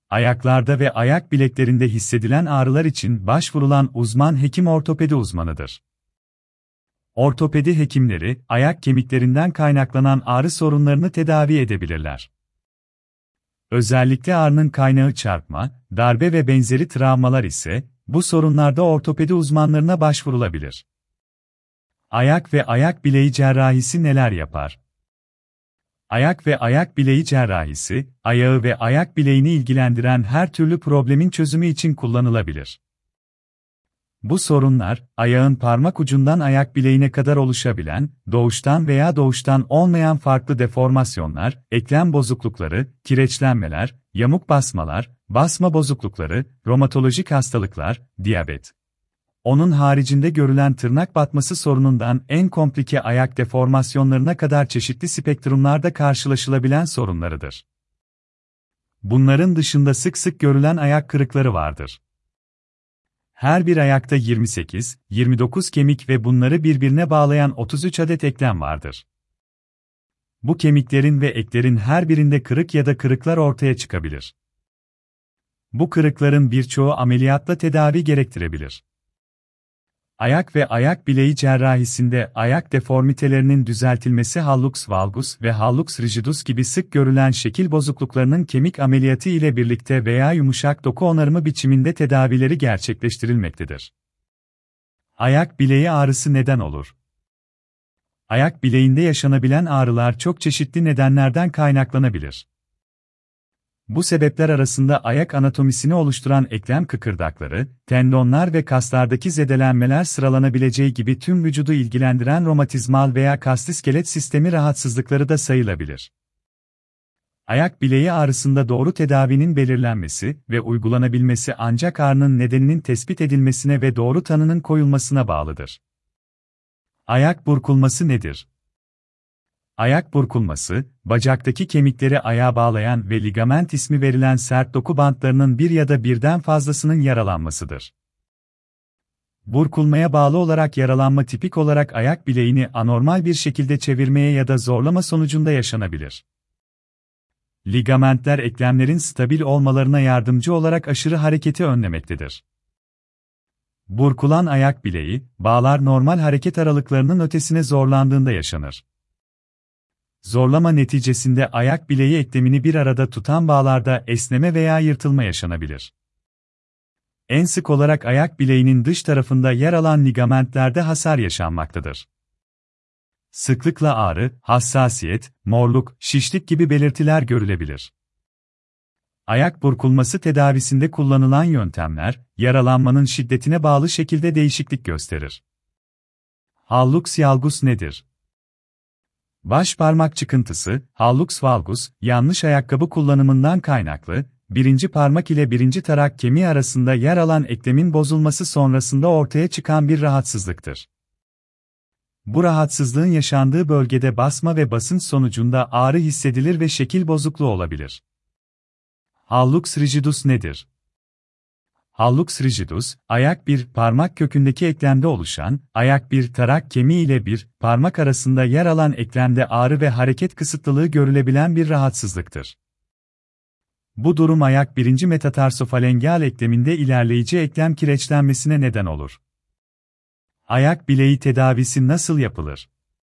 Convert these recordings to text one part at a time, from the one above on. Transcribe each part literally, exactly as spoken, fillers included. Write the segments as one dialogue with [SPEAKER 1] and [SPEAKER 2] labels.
[SPEAKER 1] Ayaklarda ve ayak bileklerinde hissedilen ağrılar için başvurulan uzman hekim ortopedi uzmanıdır. Ortopedi hekimleri, ayak kemiklerinden kaynaklanan ağrı sorunlarını tedavi edebilirler. Özellikle ağrının kaynağı çarpma, darbe ve benzeri travmalar ise, bu sorunlarda ortopedi uzmanlarına başvurulabilir. Ayak ve ayak bileği cerrahisi neler yapar? Ayak ve ayak bileği cerrahisi, ayağı ve ayak bileğini ilgilendiren her türlü problemin çözümü için kullanılabilir. Bu sorunlar, ayağın parmak ucundan ayak bileğine kadar oluşabilen, doğuştan veya doğuştan olmayan farklı deformasyonlar, eklem bozuklukları, kireçlenmeler, yamuk basmalar, basma bozuklukları, romatolojik hastalıklar, diyabet. Onun haricinde görülen tırnak batması sorunundan en komplike ayak deformasyonlarına kadar çeşitli spektrumlarda karşılaşılabilen sorunlarıdır. Bunların dışında sık sık görülen ayak kırıkları vardır. Her bir ayakta yirmi sekiz, yirmi dokuz kemik ve bunları birbirine bağlayan otuz üç adet eklem vardır. Bu kemiklerin ve eklerin her birinde kırık ya da kırıklar ortaya çıkabilir. Bu kırıkların birçoğu ameliyatla tedavi gerektirebilir. Ayak ve ayak bileği cerrahisinde ayak deformitelerinin düzeltilmesi hallux valgus ve hallux rigidus gibi sık görülen şekil bozukluklarının kemik ameliyatı ile birlikte veya yumuşak doku onarımı biçiminde tedavileri gerçekleştirilmektedir. Ayak bileği ağrısı neden olur? Ayak bileğinde yaşanabilen ağrılar çok çeşitli nedenlerden kaynaklanabilir. Bu sebepler arasında ayak anatomisini oluşturan eklem kıkırdakları, tendonlar ve kaslardaki zedelenmeler sıralanabileceği gibi tüm vücudu ilgilendiren romatizmal veya kastiskelet sistemi rahatsızlıkları da sayılabilir. Ayak bileği ağrısında doğru tedavinin belirlenmesi ve uygulanabilmesi ancak ağrının nedeninin tespit edilmesine ve doğru tanının koyulmasına bağlıdır. Ayak burkulması nedir? Ayak burkulması, bacaktaki kemikleri ayağa bağlayan ve ligament ismi verilen sert doku bantlarının bir ya da birden fazlasının yaralanmasıdır. Burkulmaya bağlı olarak yaralanma tipik olarak ayak bileğini anormal bir şekilde çevirmeye ya da zorlama sonucunda yaşanabilir. Ligamentler eklemlerin stabil olmalarına yardımcı olarak aşırı hareketi önlemektedir. Burkulan ayak bileği, bağlar normal hareket aralıklarının ötesine zorlandığında yaşanır. Zorlama neticesinde ayak bileği eklemini bir arada tutan bağlarda esneme veya yırtılma yaşanabilir. En sık olarak ayak bileğinin dış tarafında yer alan ligamentlerde hasar yaşanmaktadır. Sıklıkla ağrı, hassasiyet, morluk, şişlik gibi belirtiler görülebilir. Ayak burkulması tedavisinde kullanılan yöntemler, yaralanmanın şiddetine bağlı şekilde değişiklik gösterir. Hallux valgus nedir? Baş parmak çıkıntısı, hallux valgus, yanlış ayakkabı kullanımından kaynaklı, birinci parmak ile birinci tarak kemiği arasında yer alan eklemin bozulması sonrasında ortaya çıkan bir rahatsızlıktır. Bu rahatsızlığın yaşandığı bölgede basma ve basınç sonucunda ağrı hissedilir ve şekil bozukluğu olabilir. Hallux rigidus nedir? Hallux rigidus, ayak bir parmak kökündeki eklemde oluşan, ayak bir tarak kemiği ile bir parmak arasında yer alan eklemde ağrı ve hareket kısıtlılığı görülebilen bir rahatsızlıktır. Bu durum ayak birinci metatarsofalengral ekleminde ilerleyici eklem kireçlenmesine neden olur. Ayak bileği tedavisi nasıl yapılır?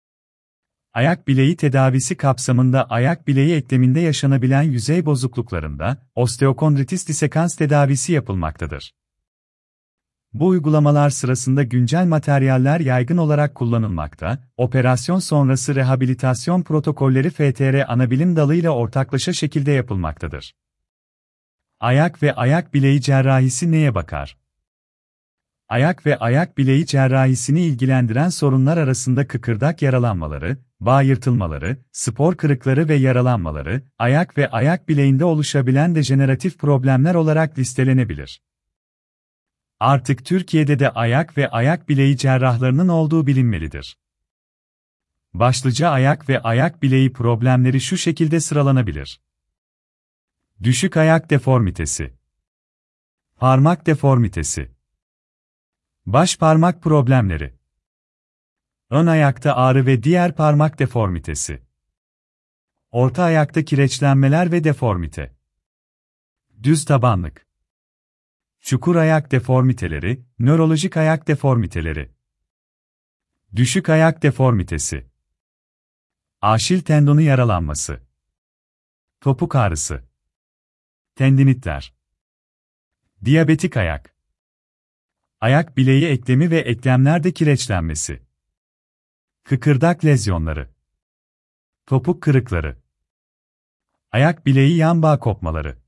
[SPEAKER 1] Ayak bileği tedavisi kapsamında ayak bileği ekleminde yaşanabilen yüzey bozukluklarında osteokondritis dissekans tedavisi yapılmaktadır. Bu uygulamalar sırasında güncel materyaller yaygın olarak kullanılmakta, operasyon sonrası rehabilitasyon protokolleri F T R anabilim dalı ile ortaklaşa şekilde yapılmaktadır. Ayak ve ayak bileği cerrahisi neye bakar? Ayak ve ayak bileği cerrahisini ilgilendiren sorunlar arasında kıkırdak yaralanmaları, bağ yırtılmaları, spor kırıkları ve yaralanmaları, ayak ve ayak bileğinde oluşabilen dejeneratif problemler olarak listelenebilir. Artık Türkiye'de de ayak ve ayak bileği cerrahlarının olduğu bilinmelidir. Başlıca ayak ve ayak bileği problemleri şu şekilde sıralanabilir. Düşük ayak deformitesi, parmak deformitesi, baş parmak problemleri, ön ayakta ağrı ve diğer parmak deformitesi, orta ayakta kireçlenmeler ve deformite, Düz tabanlık. Çukur ayak deformiteleri, nörolojik ayak deformiteleri. Düşük ayak deformitesi. Aşil tendonu yaralanması. Topuk ağrısı. Tendinitler. Diyabetik ayak. Ayak bileği eklemi ve eklemlerde kireçlenmesi. Kıkırdak lezyonları. Topuk kırıkları. Ayak bileği yan bağ kopmaları.